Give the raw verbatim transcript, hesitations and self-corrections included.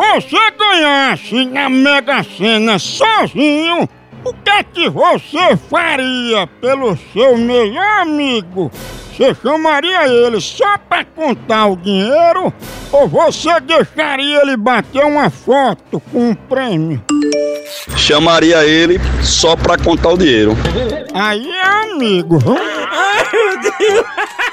você ganhasse na Mega Sena sozinho, o que é que você faria pelo seu melhor amigo? Você chamaria ele só pra contar o dinheiro ou você deixaria ele bater uma foto com um prêmio? Chamaria ele só pra contar o dinheiro. Aí é amigo. Ai, meu Deus!